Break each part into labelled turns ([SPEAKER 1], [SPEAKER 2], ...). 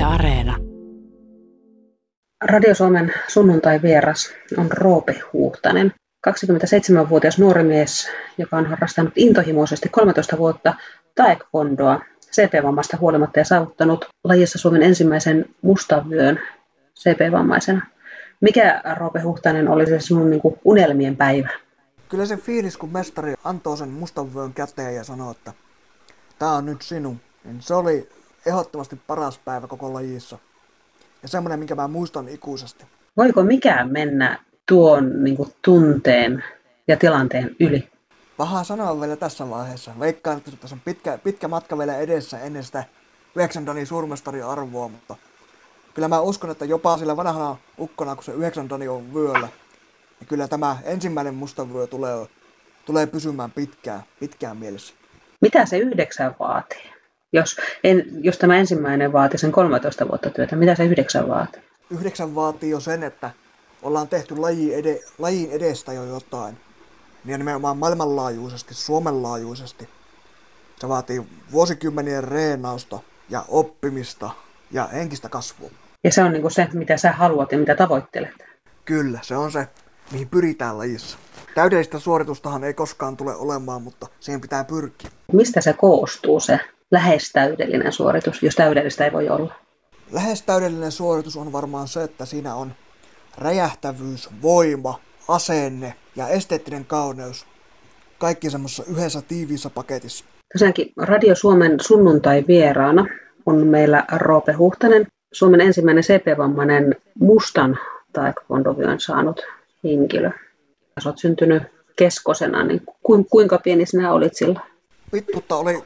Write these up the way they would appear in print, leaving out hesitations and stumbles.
[SPEAKER 1] Areena.
[SPEAKER 2] Radio Suomen sunnuntai-vieras on Roope Huuhtanen, 27-vuotias nuori mies, joka on harrastanut intohimoisesti 13 vuotta taekwondoa CP-vammasta huolimatta ja saavuttanut lajissa Suomen ensimmäisen mustan vyön CP-vammaisena. Mikä, Roope Huuhtanen, oli se sinun unelmien päivä?
[SPEAKER 3] Kyllä se fiilis, kun mestari antoi sen mustan vyön käteen ja sanoi, että tämä on nyt sinun, niin se oli ehdottomasti paras päivä koko lajissa. Ja semmoinen, minkä mä muistan ikuisesti.
[SPEAKER 2] Voiko mikään mennä tuon tunteen ja tilanteen yli?
[SPEAKER 3] Paha sanoa vielä tässä vaiheessa. Veikkaan, että tässä on pitkä matka vielä edessä ennen sitä 9 Danin suurmestariarvoa, mutta kyllä mä uskon, että jopa sillä vanhana ukkona, kun se 9 Dani on vyöllä, niin kyllä tämä ensimmäinen musta vyö tulee pysymään pitkään mielessä.
[SPEAKER 2] Mitä se 9 vaatii? Jos tämä ensimmäinen vaati sen 13 vuotta työtä, mitä se 9 vaatii?
[SPEAKER 3] 9 vaatii jo sen, että ollaan tehty lajin edestä jo jotain. Ja nimenomaan maailmanlaajuisesti, Suomen laajuisesti. Se vaatii vuosikymmenien reenausta ja oppimista ja henkistä kasvua.
[SPEAKER 2] Ja se on se, mitä sä haluat ja mitä tavoittelet? Kyllä,
[SPEAKER 3] se on se, mihin pyritään lajissa. Täydellistä suoritustahan ei koskaan tule olemaan, mutta siihen pitää pyrkiä.
[SPEAKER 2] Mistä se koostuu se lähes täydellinen suoritus, jos täydellistä ei voi olla?
[SPEAKER 3] Lähes täydellinen suoritus on varmaan se, että siinä on räjähtävyys, voima, asenne ja esteettinen kauneus. Kaikki semmoisessa yhdessä tiiviissä paketissa.
[SPEAKER 2] Tosiaankin Radio Suomen sunnuntai-vieraana on meillä Roope Huuhtanen, Suomen ensimmäinen CP-vammainen mustan taekwondovyön saanut henkilö. Sä oot syntynyt keskosena, niin kuinka pieni sinä olit silloin?
[SPEAKER 3] Vittuutta oli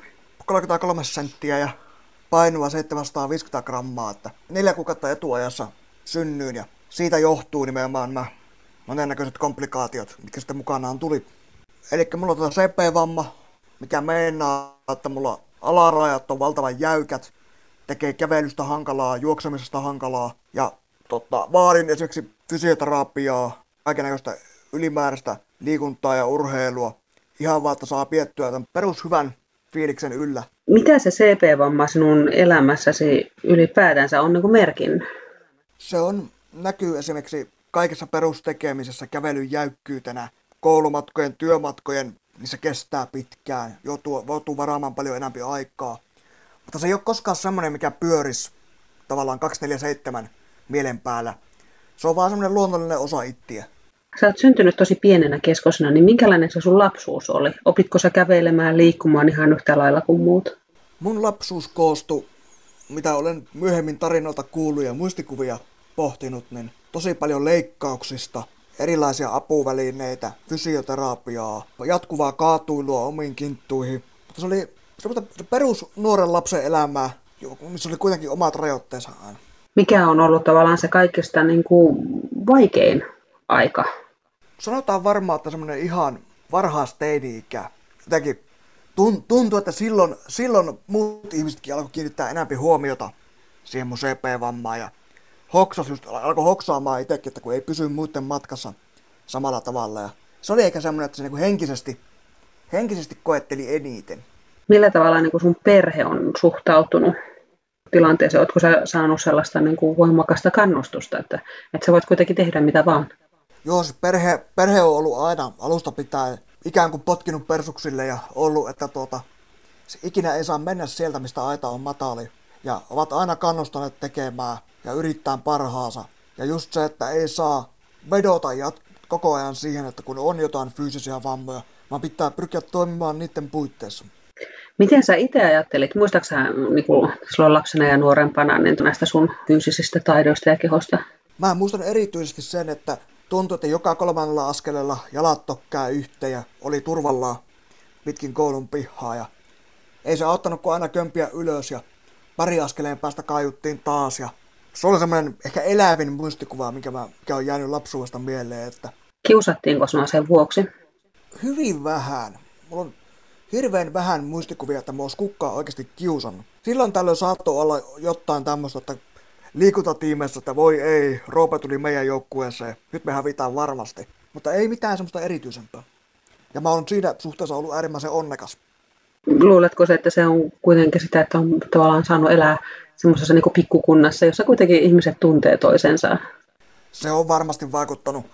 [SPEAKER 3] 33 senttiä ja painoa 750 grammaa, että 4 kuukautta etuajassa synnyin ja siitä johtuu nimenomaan nämä monennäköiset komplikaatiot, mitkä sitten mukanaan tuli. Eli mulla on CP-vamma, mikä meinaa, että mulla alarajat on valtavan jäykät, tekee kävelystä hankalaa, juoksemisesta hankalaa ja vaadin esimerkiksi fysioterapiaa, kaikennäköistä ylimääräistä liikuntaa ja urheilua, ihan vaan, että saa piettyä tämän perushyvän fiiliksen yllä.
[SPEAKER 2] Mitä se CP-vamma sinun elämässäsi ylipäätänsä on merkinnyt?
[SPEAKER 3] Se näkyy esimerkiksi kaikessa perustekemisessä kävelyn jäykkyytenä, koulumatkojen, työmatkojen, niin se kestää pitkään, joutuu varaamaan paljon enemmän aikaa. Mutta se ei ole koskaan semmoinen, mikä pyörisi tavallaan 247 mielen päällä. Se on vaan semmoinen luonnollinen osa ittiä.
[SPEAKER 2] Sä oot syntynyt tosi pienenä keskosena, niin minkälainen se sun lapsuus oli? Opitko sä kävelemään, liikkumaan ihan yhtä lailla kuin muut?
[SPEAKER 3] Mun lapsuus koostui, mitä olen myöhemmin tarinoilta kuullut ja muistikuvia pohtinut, niin tosi paljon leikkauksista, erilaisia apuvälineitä, fysioterapiaa, jatkuvaa kaatuilua omiin kinttuihin. Mutta se oli semmoista perus nuoren lapsen elämää, missä oli kuitenkin omat rajoitteensa aina.
[SPEAKER 2] Mikä on ollut tavallaan se kaikista vaikein aika?
[SPEAKER 3] Sanotaan varmaan, että semmoinen ihan varhaas teini-ikä. Jotenkin tuntuu, että silloin muut ihmisetkin alkoi kiinnittää enemmän huomiota siihen mun CP-vammaan ja alkoi hoksaamaan itsekin, että kun ei pysy muiden matkassa samalla tavalla. Ja se oli ehkä semmoinen, että se henkisesti koetteli eniten.
[SPEAKER 2] Millä tavalla sun perhe on suhtautunut tilanteeseen? Oletko sä saanut sellaista voimakasta kannustusta, että sä voit kuitenkin tehdä mitä vaan?
[SPEAKER 3] Joo, se perhe on ollut aina alusta pitäen ikään kuin potkinut persuksille ja ollut, että se ikinä ei saa mennä sieltä, mistä aita on matali. Ja ovat aina kannustaneet tekemään ja yrittää parhaansa. Ja just se, että ei saa vedota koko ajan siihen, että kun on jotain fyysisiä vammoja, vaan pitää pyrkiä toimimaan niiden puitteissa.
[SPEAKER 2] Miten sä itse ajattelit, muistatko sä silloin lapsena ja nuorempana näistä sun fyysisistä taidoista ja kehosta?
[SPEAKER 3] Mä muistan erityisesti sen, että tuntui, että joka 3. askeleella jalat tokkää yhteen ja oli turvallaan pitkin koulun pihaa. Ja ei se auttanut kuin aina kömpiä ylös ja pari askeleen päästä kaiuttiin taas. Ja se oli semmoinen ehkä elävin muistikuva, mikä on jäänyt lapsuudesta mieleen. Että
[SPEAKER 2] kiusattiinko sinua sen vuoksi?
[SPEAKER 3] Hyvin vähän. Mulla on hirveän vähän muistikuvia, että mä ois kukaan oikeasti kiusannut. Silloin tällöin saattoi olla jotain tämmöistä, että liikuntatiimessä, että voi ei, Roope tuli meidän joukkueeseen, nyt me hävitään varmasti. Mutta ei mitään semmoista erityisempää. Ja mä oon siinä suhteessa ollut äärimmäisen onnekas.
[SPEAKER 2] Luuletko se, että se on kuitenkin sitä, että on tavallaan saanut elää semmoisessa niin kuin pikkukunnassa, jossa kuitenkin ihmiset tuntee toisensa.
[SPEAKER 3] Se on varmasti vaikuttanut.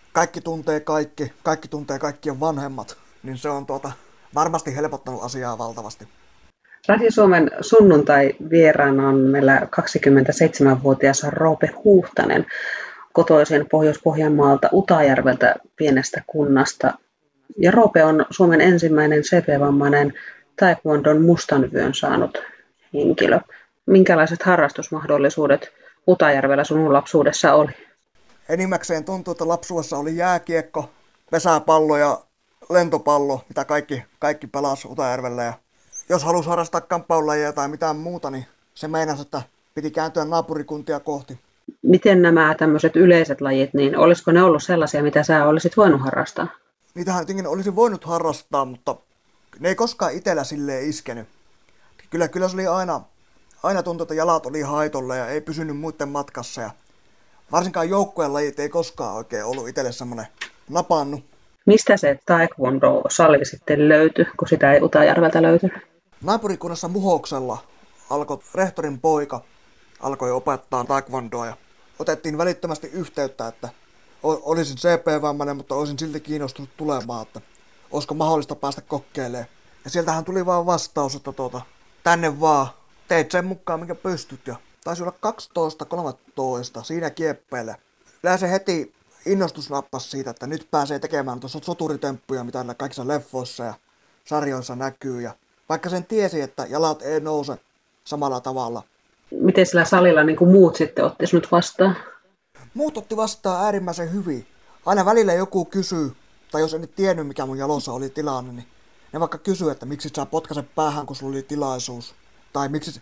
[SPEAKER 3] Kaikki tuntee kaikkien vanhemmat, niin se on varmasti helpottanut asiaa valtavasti.
[SPEAKER 2] Radio Suomen sunnuntai-vieraana on meillä 27-vuotias Roope Huuhtanen, kotoisin Pohjois-Pohjanmaalta Utajärveltä, pienestä kunnasta. Ja Roope on Suomen ensimmäinen CP-vammainen taekwondon mustan vyön saanut henkilö. Minkälaiset harrastusmahdollisuudet Utajärvellä sun lapsuudessa oli?
[SPEAKER 3] Enimmäkseen tuntuu, että lapsuudessa oli jääkiekko, pesäpallo ja lentopallo, mitä kaikki pelasi Utajärvellä. Ja jos halusi harrastaa kamppailulajia tai mitään muuta, niin se meinasi, että piti kääntyä naapurikuntia kohti.
[SPEAKER 2] Miten nämä tämmöiset yleiset lajit, niin olisiko ne ollut sellaisia, mitä sä olisit voinut harrastaa?
[SPEAKER 3] Niitähän jotenkin olisi voinut harrastaa, mutta ne ei koskaan itsellä silleen iskenyt. Kyllä se oli aina tuntui, että jalat oli haitolla ja ei pysynyt muiden matkassa. Ja varsinkaan joukkueen lajit ei koskaan oikein ollut itselle semmoinen napannut.
[SPEAKER 2] Mistä se taekwondo-salli sitten löytyi, kun sitä ei Utajärveltä löytynyt?
[SPEAKER 3] Naapurikunnassa Muhoksella rehtorin poika alkoi opettaa taekwondoa ja otettiin välittömästi yhteyttä, että olisin CP-vammainen, mutta olisin silti kiinnostunut tulemaan, että olisiko mahdollista päästä kokeilemaan. Ja sieltähän tuli vaan vastaus, että tänne vaan, teit sen mukaan, minkä pystyt. Ja taisi olla 12-13 siinä kieppeillä. Kyllä se heti innostus nappasi siitä, että nyt pääsee tekemään tuossa soturitemppuja, mitä kaikissa leffoissa ja sarjoissa näkyy. Ja vaikka sen tiesi, että jalat ei nouse samalla tavalla.
[SPEAKER 2] Miten sillä salilla niin kuin muut sitten otti sinut vastaan?
[SPEAKER 3] Muut otti vastaan äärimmäisen hyvin. Aina välillä joku kysyy, tai jos en nyt tiennyt mikä mun jalossa oli tilanne, niin ne vaikka kysyy, että miksi sä potkaset päähän, kun sulla oli tilaisuus. Tai miksi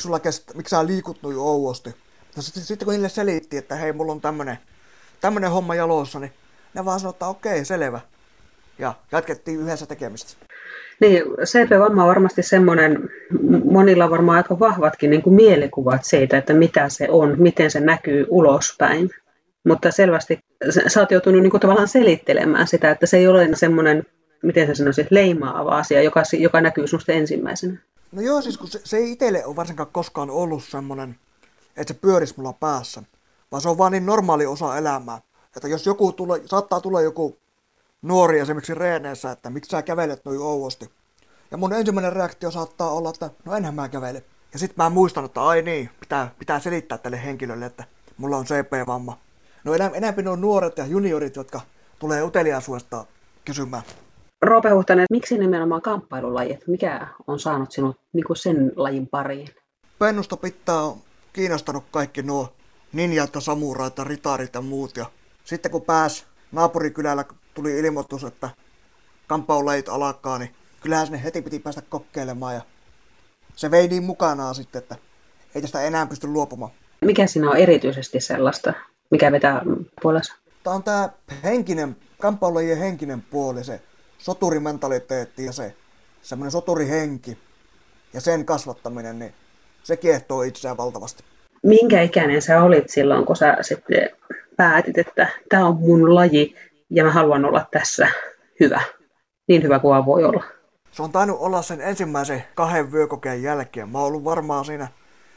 [SPEAKER 3] sä liikut noin ouosti. Sitten kun niille selitti, että hei, mulla on tämmönen homma jalossa, niin ne vaan sanoi, että okei, selvä. Ja jatkettiin yhdessä tekemistä.
[SPEAKER 2] Niin, CP-vamma on varmasti semmoinen, monilla on varmaan aika vahvatkin niin kuin mielikuvat siitä, että mitä se on, miten se näkyy ulospäin. Mutta selvästi sä oot joutunut niin kuin tavallaan selittelemään sitä, että se ei ole semmoinen, miten sä sanoisit, leimaava asia, joka näkyy sinusta ensimmäisenä.
[SPEAKER 3] No joo, siis kun se ei itselle ole varsinkaan koskaan ollut semmoinen, että se pyörisi mulla päässä, vaan se on vaan niin normaali osa elämää. Että jos saattaa tulla joku nuori esimerkiksi reeneissä, että miksi sä kävelet noin ouosti. Ja mun ensimmäinen reaktio saattaa olla, että no enhän mä kävele. Ja sit mä muistan, että ai niin, pitää selittää tälle henkilölle, että mulla on CP-vamma. No enemmän ne on nuoret ja juniorit, jotka tulee uteliaisuudesta kysymään.
[SPEAKER 2] Roope Huuhtanen, miksi nimenomaan kamppailulajit? Mikä on saanut sinut niin kuin sen lajin pariin?
[SPEAKER 3] Pennusta pitää on kiinnostanut kaikki nuo ninjat ja samurait ja ritaarit ja muut. Ja sitten kun naapurikylällä tuli ilmoitus, että kamppailulajit alkaa, niin kyllähän sinne heti piti päästä kokeilemaan. Ja se vei niin mukanaan sitten, että ei tästä enää pysty luopumaan.
[SPEAKER 2] Mikä siinä on erityisesti sellaista, mikä vetää puolessa?
[SPEAKER 3] Tämä on tämä kamppailulajien henkinen puoli, se soturimentaliteetti ja se semmoinen soturihenki ja sen kasvattaminen, niin se kiehtoo itseään valtavasti.
[SPEAKER 2] Minkä ikäinen sä olit silloin, kun sä sitten päätit, että tämä on mun laji ja mä haluan olla tässä hyvä, niin hyvä kuin voi olla?
[SPEAKER 3] Se on tainnut olla sen ensimmäisen 2 vyökokeen jälkeen. Mä oon ollut varmaan siinä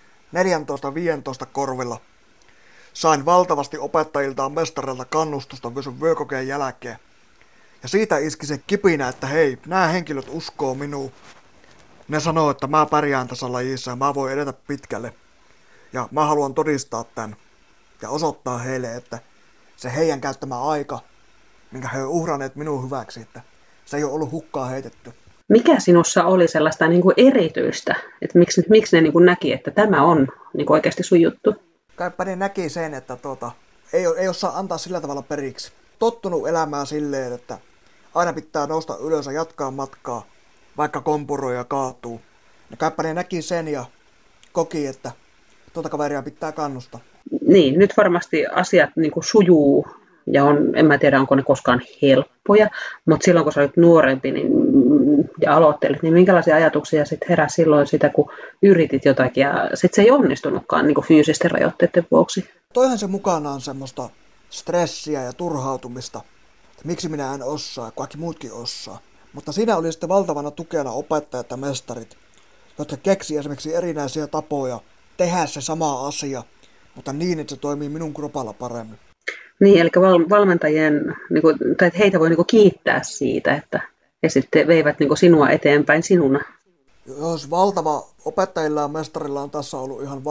[SPEAKER 3] 14-15 korvilla. Sain valtavasti opettajiltaan mestareilta kannustusta sen vyökokeen jälkeen. Ja siitä iski se kipinä, että hei, nämä henkilöt uskoo minuun. Ne sanoo, että mä pärjään tässä lajissa ja mä voin edetä pitkälle. Ja mä haluan todistaa tämän ja osoittaa heille, että se heidän käyttämä aika, minkä he ovat uhranneet minun hyväksi, että se ei ole ollut hukkaan heitetty. Mikä
[SPEAKER 2] sinussa oli sellaista niin kuin erityistä, että miksi ne niin kuin näki, että tämä on niin kuin oikeasti sun juttu?
[SPEAKER 3] Kaipa ne näki sen, että ei osaa antaa sillä tavalla periksi. Tottunut elämään silleen, että aina pitää nousta ylös ja jatkaa matkaa, vaikka kompuroi ja kaatuu. Ja kaipa ne näki sen ja koki, että tuota kaveria pitää kannustaa.
[SPEAKER 2] Niin, nyt varmasti asiat niin kuin sujuu ja en mä tiedä, onko ne koskaan helppoja, mutta silloin kun sä olit nuorempi ja aloittelit, niin minkälaisia ajatuksia sitten heräsi silloin sitä, kun yritit jotakin ja sitten se ei onnistunutkaan niin kuin fyysisten rajoitteiden vuoksi?
[SPEAKER 3] Toihan se mukanaan semmoista stressiä ja turhautumista, että miksi minä en osaa ja kaikki muutkin osaa. Mutta siinä oli sitten valtavana tukena opettajat ja mestarit, jotka keksi esimerkiksi erinäisiä tapoja tehdä se sama asia, mutta niin, että se toimii minun kropalla paremmin.
[SPEAKER 2] Niin, eli valmentajien, niin kuin, tai että heitä voi niin kuin kiittää siitä, että he sitten veivät niin kuin sinua eteenpäin sinuna.
[SPEAKER 3] Jos opettajilla ja mestarilla on tässä ollut ihan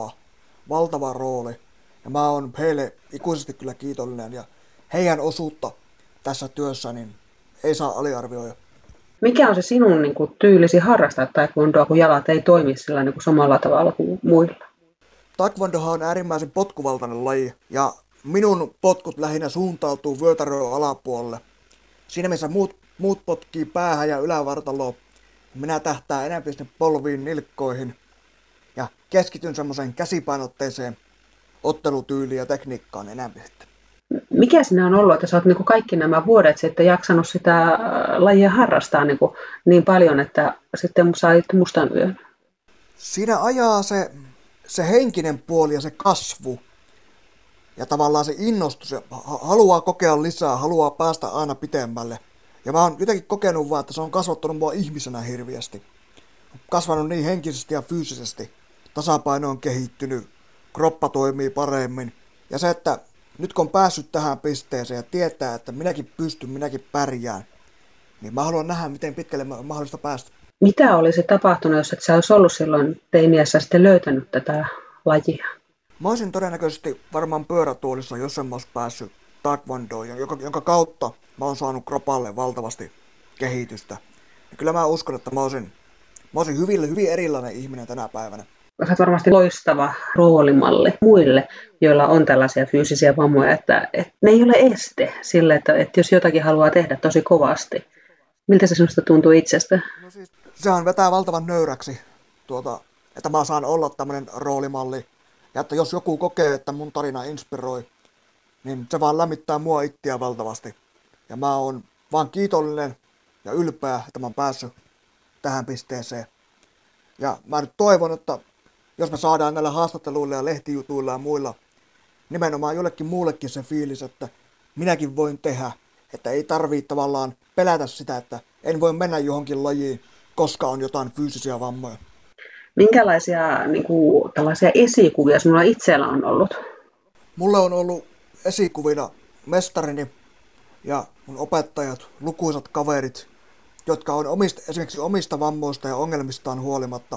[SPEAKER 3] valtava rooli. Ja mä oon heille ikuisesti kyllä kiitollinen ja heidän osuutta tässä työssä niin ei saa aliarvioida.
[SPEAKER 2] Mikä on se sinun niin kuin, tyylisi harrastaa taekwondoa, kun jalat ei toimi sillä niin kuin samalla tavalla kuin muilla?
[SPEAKER 3] Taekwondohan on äärimmäisen potkuvaltainen laji ja minun potkut lähinnä suuntautuu vyötärön alapuolelle. Siinä missä muut potkii päähän ja ylävartaloon, minä tähtään enemmän sinne polviin, nilkkoihin ja keskityn semmoiseen käsipainotteiseen ottelutyyliin ja tekniikkaan enemmän.
[SPEAKER 2] Mikä sinä on ollut, että sä oot niin kuin kaikki nämä vuodet sitten jaksanut sitä lajia harrastaa niin paljon, että sitten sait mustan yön?
[SPEAKER 3] Siinä ajaa se henkinen puoli ja se kasvu ja tavallaan se innostus. Haluaa kokea lisää, haluaa päästä aina pitemmälle. Ja mä oon jotenkin kokenut vaan, että se on kasvattanut mua ihmisenä hirviästi. Kasvanut niin henkisesti ja fyysisesti. Tasapaino on kehittynyt, kroppa toimii paremmin. Ja se, että nyt kun on päässyt tähän pisteeseen ja tietää, että minäkin pystyn, minäkin pärjään, niin mä haluan nähdä, miten pitkälle on mahdollista päästä.
[SPEAKER 2] Mitä olisi tapahtunut, jos et sä olisi ollut silloin teiniässä sitten löytänyt tätä lajia?
[SPEAKER 3] Mä olisin todennäköisesti varmaan pyörätuolissa, jos en mä olisi päässyt taekwondoon, jonka kautta mä oon saanut kropalle valtavasti kehitystä. Ja kyllä mä uskon, että mä olisin hyvin erilainen ihminen tänä päivänä.
[SPEAKER 2] Sä oot varmasti loistava roolimalli muille, joilla on tällaisia fyysisiä vammoja, että ne ei ole este sille, että jos jotakin haluaa tehdä tosi kovasti. Miltä se sinusta tuntuu itsestä?
[SPEAKER 3] No siis, sehän vetää valtavan nöyräksi, että mä saan olla tämmöinen roolimalli. Ja että jos joku kokee, että mun tarina inspiroi, niin se vaan lämmittää mua itseä valtavasti. Ja mä oon vaan kiitollinen ja ylpeä, että mä oon päässyt tähän pisteeseen. Ja mä nyt toivon, että jos me saadaan näillä haastatteluilla ja lehtijutuilla ja muilla nimenomaan jollekin muullekin se fiilis, että minäkin voin tehdä, että ei tarvitse tavallaan pelätä sitä, että en voi mennä johonkin lajiin, koska on jotain fyysisiä vammoja.
[SPEAKER 2] Minkälaisia niin kuin, tällaisia esikuvia sinulla itsellä on ollut?
[SPEAKER 3] Mulle on ollut esikuvina mestarini ja mun opettajat, lukuisat kaverit, jotka on esimerkiksi omista vammoista ja ongelmistaan huolimatta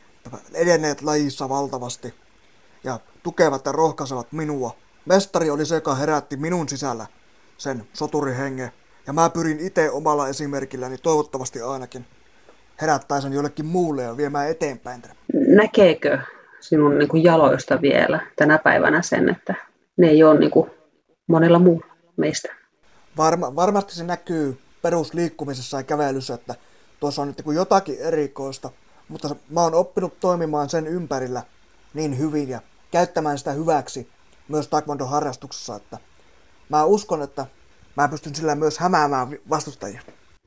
[SPEAKER 3] edenneet lajissa valtavasti ja tukevat ja rohkaisevat minua. Mestari oli se, joka herätti minun sisällä sen soturihengen ja mä pyrin itse omalla esimerkilläni toivottavasti ainakin herättää sen jollekin muulle ja viemään eteenpäin.
[SPEAKER 2] Näkeekö sinun niin kuin jaloista vielä tänä päivänä sen, että ne ei ole niin kuin monella muulla meistä?
[SPEAKER 3] Varmasti se näkyy perusliikkumisessa ja kävelyssä, että tuossa on nyt niin jotakin erikoista, mutta mä oon oppinut toimimaan sen ympärillä niin hyvin ja käyttämään sitä hyväksi myös taekwondo-harrastuksessa, että mä uskon, että mä pystyn sillä myös hämäämään vastustajia.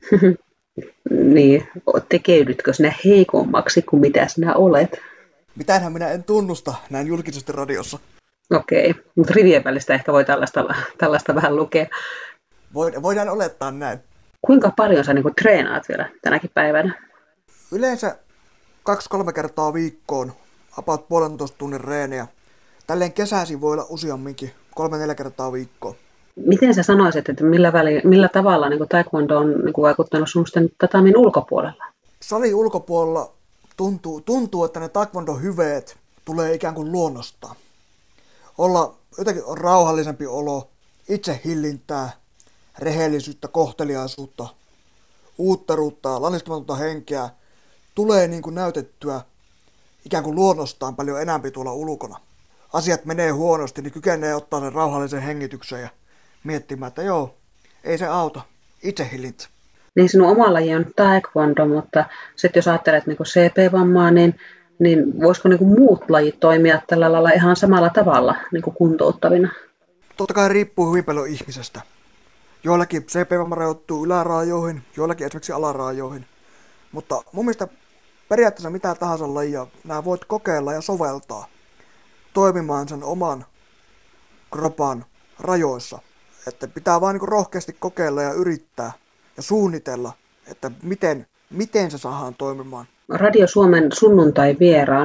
[SPEAKER 2] Niin, tekeydytkö sinä heikommaksi kuin mitä sinä olet?
[SPEAKER 3] Mitäänhän minä en tunnusta näin julkisesti radiossa.
[SPEAKER 2] Okei, mutta rivien välistä ehkä voi tällaista vähän lukea.
[SPEAKER 3] Voidaan olettaa näin.
[SPEAKER 2] Kuinka paljon sä niin kuin treenaat vielä tänäkin päivänä?
[SPEAKER 3] Yleensä 2-3 kertaa viikkoon, about 1,5 tunnin reenejä. Tälleen kesäisin voi olla useamminkin, 3-4 kertaa viikkoon.
[SPEAKER 2] Miten sä sanoisit, että millä tavalla niin kuin taekwondo on niin kuin vaikuttanut sinusten tatamin ulkopuolella?
[SPEAKER 3] Salin ulkopuolella tuntuu, että ne taekwondo-hyveet tulee ikään kuin luonnostaan. Jotenkin on rauhallisempi olo, itsehillintää, rehellisyyttä, kohteliaisuutta, uutteruutta, lannistamatonta henkeä. Tulee niin kuin näytettyä ikään kuin luonnostaan paljon enemmän tuolla ulkona. Asiat menee huonosti, niin kykenee ottaa sen rauhallisen hengityksen ja miettimään, että joo, ei se auta, itsehillintä.
[SPEAKER 2] Niin sinun oma laji on taekwondo, mutta sitten jos ajattelet niin kuin CP-vammaa, niin voisiko niin kuin muut lajit toimia tällä lailla ihan samalla tavalla niin kuin kuntouttavina?
[SPEAKER 3] Totta kai riippuu hyvin paljon ihmisestä. Joillakin CP-vamma rajoittuu yläraajoihin, joillakin esimerkiksi alaraajoihin. Mutta mun mielestä periaatteessa mitä tahansa lajia, nämä voit kokeilla ja soveltaa toimimaan sen oman kropan rajoissa. Että pitää vaan niin rohkeasti kokeilla ja yrittää ja suunnitella, että miten se saadaan toimimaan.
[SPEAKER 2] Radio Suomen sunnuntai vieraana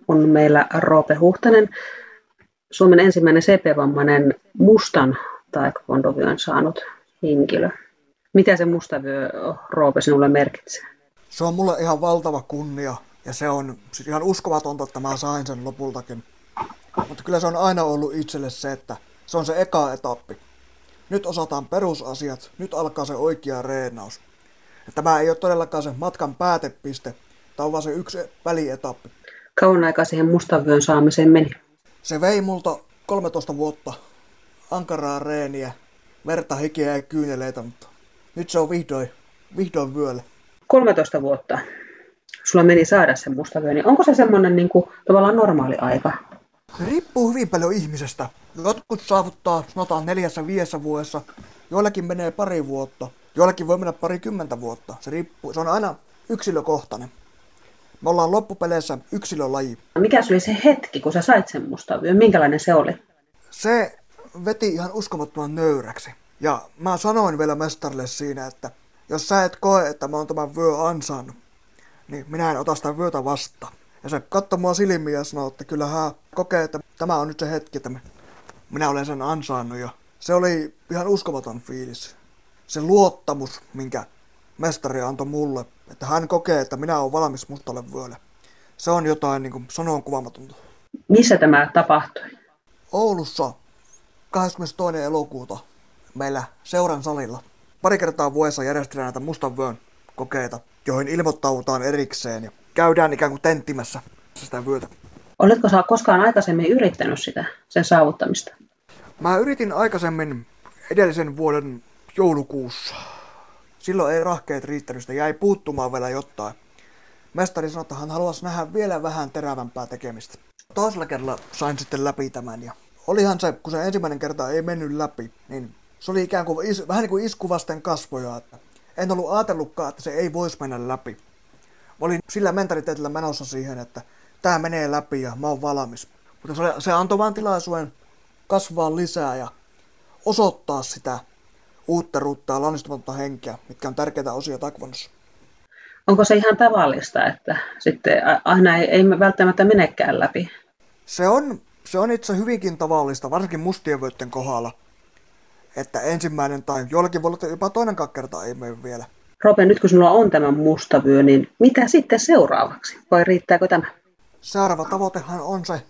[SPEAKER 2] on meillä Roope Huhtanen, Suomen ensimmäinen CP-vammainen mustan taekwondovyön saanut henkilö. Mitä se mustavyö, Roope, sinulle merkitsee?
[SPEAKER 3] Se on mulle ihan valtava kunnia ja se on siis ihan uskomatonta, että mä sain sen lopultakin. Mutta kyllä se on aina ollut itselle se, että se on se eka etappi. Nyt osataan perusasiat, nyt alkaa se oikea reenaus. Ja tämä ei ole todellakaan se matkan päätepiste, tämä on vaan se yksi välietappi.
[SPEAKER 2] Kauan aikaa siihen mustavyön saamiseen meni?
[SPEAKER 3] Se vei multa 13 vuotta ankaraa reeniä, verta, hikeä ja kyyneleitä, mutta nyt se on vihdoin vyöllä.
[SPEAKER 2] 13 vuotta sulla meni saada se mustavyö, niin onko se semmoinen niin kuin, tavallaan normaali aika?
[SPEAKER 3] Se riippuu hyvin paljon ihmisestä. Jotkut saavuttaa, sanotaan 4-5 vuodessa, joillakin menee pari vuotta, joillakin voi mennä parikymmentä vuotta. Se riippuu, se on aina yksilökohtainen. Me ollaan loppupeleissä yksilölaji.
[SPEAKER 2] Mikä se oli se hetki, kun sä sait sen mustavyön? Minkälainen se oli?
[SPEAKER 3] Se veti ihan uskomattoman nöyräksi. Ja mä sanoin vielä mestarille siinä, että jos sä et koe, että mä oon tämän vyö ansainnut, niin minä en ota sitä vyötä vastaan. Ja se katsoi mua silmiä ja sanoi, että kyllä hän kokee, että tämä on nyt se hetki, että minä olen sen ansainnut. Ja se oli ihan uskomaton fiilis. Se luottamus, minkä mestari antoi mulle, että hän kokee, että minä olen valmis mustalle vyölle. Se on jotain niin kuin sanoin kuvaamatonta.
[SPEAKER 2] Missä tämä tapahtui?
[SPEAKER 3] Oulussa 22. elokuuta meillä seuran salilla. Pari kertaa vuodessa järjestetään näitä mustan vyön kokeita, joihin ilmoittaudutaan erikseen ja käydään ikään kuin tenttimässä sitä vyötä.
[SPEAKER 2] Oletko sä koskaan aikaisemmin yrittänyt sen saavuttamista?
[SPEAKER 3] Mä yritin aikaisemmin edellisen vuoden joulukuussa. Silloin ei rahkeet riittänyt, sitä jäi puuttumaan vielä jotain. Mestari sanoi, että hän haluaisi nähdä vielä vähän terävämpää tekemistä. Toisella kerralla sain sitten läpi tämän ja olihan se, kun se ensimmäinen kerta ei mennyt läpi, niin se oli ikään kuin vähän niin kuin isku vasten kasvoja. Että en ollut ajatellutkaan, että se ei voisi mennä läpi. Mä olin sillä mentaliteetillä menossa siihen, että tämä menee läpi ja mä oon valmis. Mutta se antoi vaan tilaisuuden kasvaa lisää ja osoittaa sitä uutteruutta ja lannistumatonta henkeä, mitkä on tärkeitä osia taekwondossa.
[SPEAKER 2] Onko se ihan tavallista, että sitten aina ei välttämättä menekään läpi?
[SPEAKER 3] Se on itse hyvinkin tavallista, varsinkin mustien vyötten kohdalla, että ensimmäinen tai jollakin voi olla jopa toinenkaan kerta ei mene vielä.
[SPEAKER 2] Roope, nyt kun sinulla on tämä mustavyö, niin mitä sitten seuraavaksi? Vai riittääkö tämä?
[SPEAKER 3] Seuraava tavoitehan on se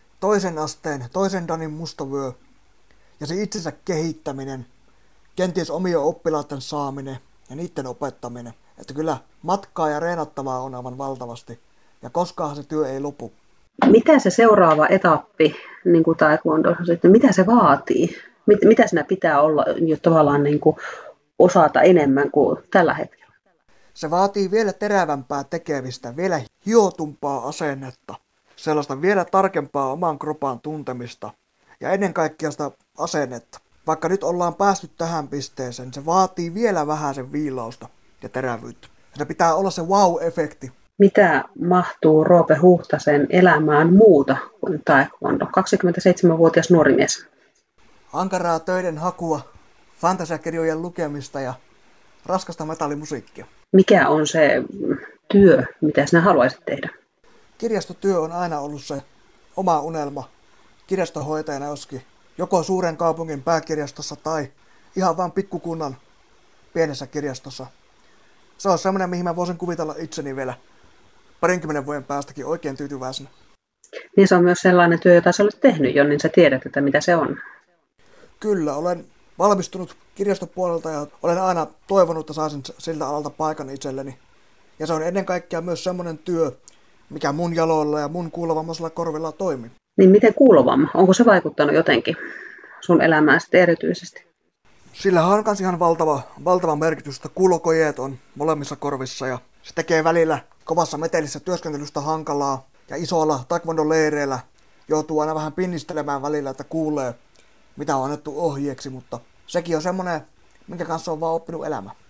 [SPEAKER 3] toisen danin mustavyö ja se itsensä kehittäminen, kenties omien oppilaiden saaminen ja niiden opettaminen. Että kyllä matkaa ja reenattavaa on aivan valtavasti ja koskaan se työ ei lopu.
[SPEAKER 2] Mitä se seuraava etappi niin kuin taekwondossa sitten, mitä se vaatii? Mitä siinä pitää olla jo tavallaan niin kuin osata enemmän kuin tällä hetkellä?
[SPEAKER 3] Se vaatii vielä terävämpää tekemistä, vielä hiotumpaa asennetta, sellaista vielä tarkempaa oman kropan tuntemista ja ennen kaikkea sitä asennetta. Vaikka nyt ollaan päästy tähän pisteeseen, se vaatii vielä vähän sen viilausta ja terävyyttä. Se pitää olla se wow-efekti.
[SPEAKER 2] Mitä mahtuu Roope Huhtasen elämään muuta kuin taekwondo? 27-vuotias nuori mies.
[SPEAKER 3] Ankaraa töiden hakua, fantasiakirjojen lukemista ja raskasta metallimusiikkia.
[SPEAKER 2] Mikä on se työ, mitä sinä haluaisit tehdä?
[SPEAKER 3] Kirjastotyö on aina ollut se oma unelma. Kirjastonhoitajana joskin joko suuren kaupungin pääkirjastossa tai ihan vain pikkukunnan pienessä kirjastossa. Se on semmoinen, mihin mä voisin kuvitella itseni vielä 20 vuoden päästäkin oikein tyytyväisenä.
[SPEAKER 2] Niin se on myös sellainen työ, jota sä olet tehnyt jo, niin sä tiedät, että mitä se on.
[SPEAKER 3] Kyllä, olen valmistunut kirjastopuolelta ja olen aina toivonut, että saisin siltä alalta paikan itselleni. Ja se on ennen kaikkea myös semmoinen työ, mikä mun jaloilla ja mun kuulovammaisilla korvilla toimii.
[SPEAKER 2] Niin miten kuulovamma? Onko se vaikuttanut jotenkin sun elämään sitten erityisesti?
[SPEAKER 3] Sillähän on myös ihan valtava merkitys, että kuulokojeet on molemmissa korvissa ja se tekee välillä kovassa metelissä työskentelystä hankalaa ja isoilla taekwondo-leireillä joutuu aina vähän pinnistelemään välillä, että kuulee mitä on annettu ohjeeksi, mutta sekin on semmoinen, minkä kanssa on vaan oppinut elämä.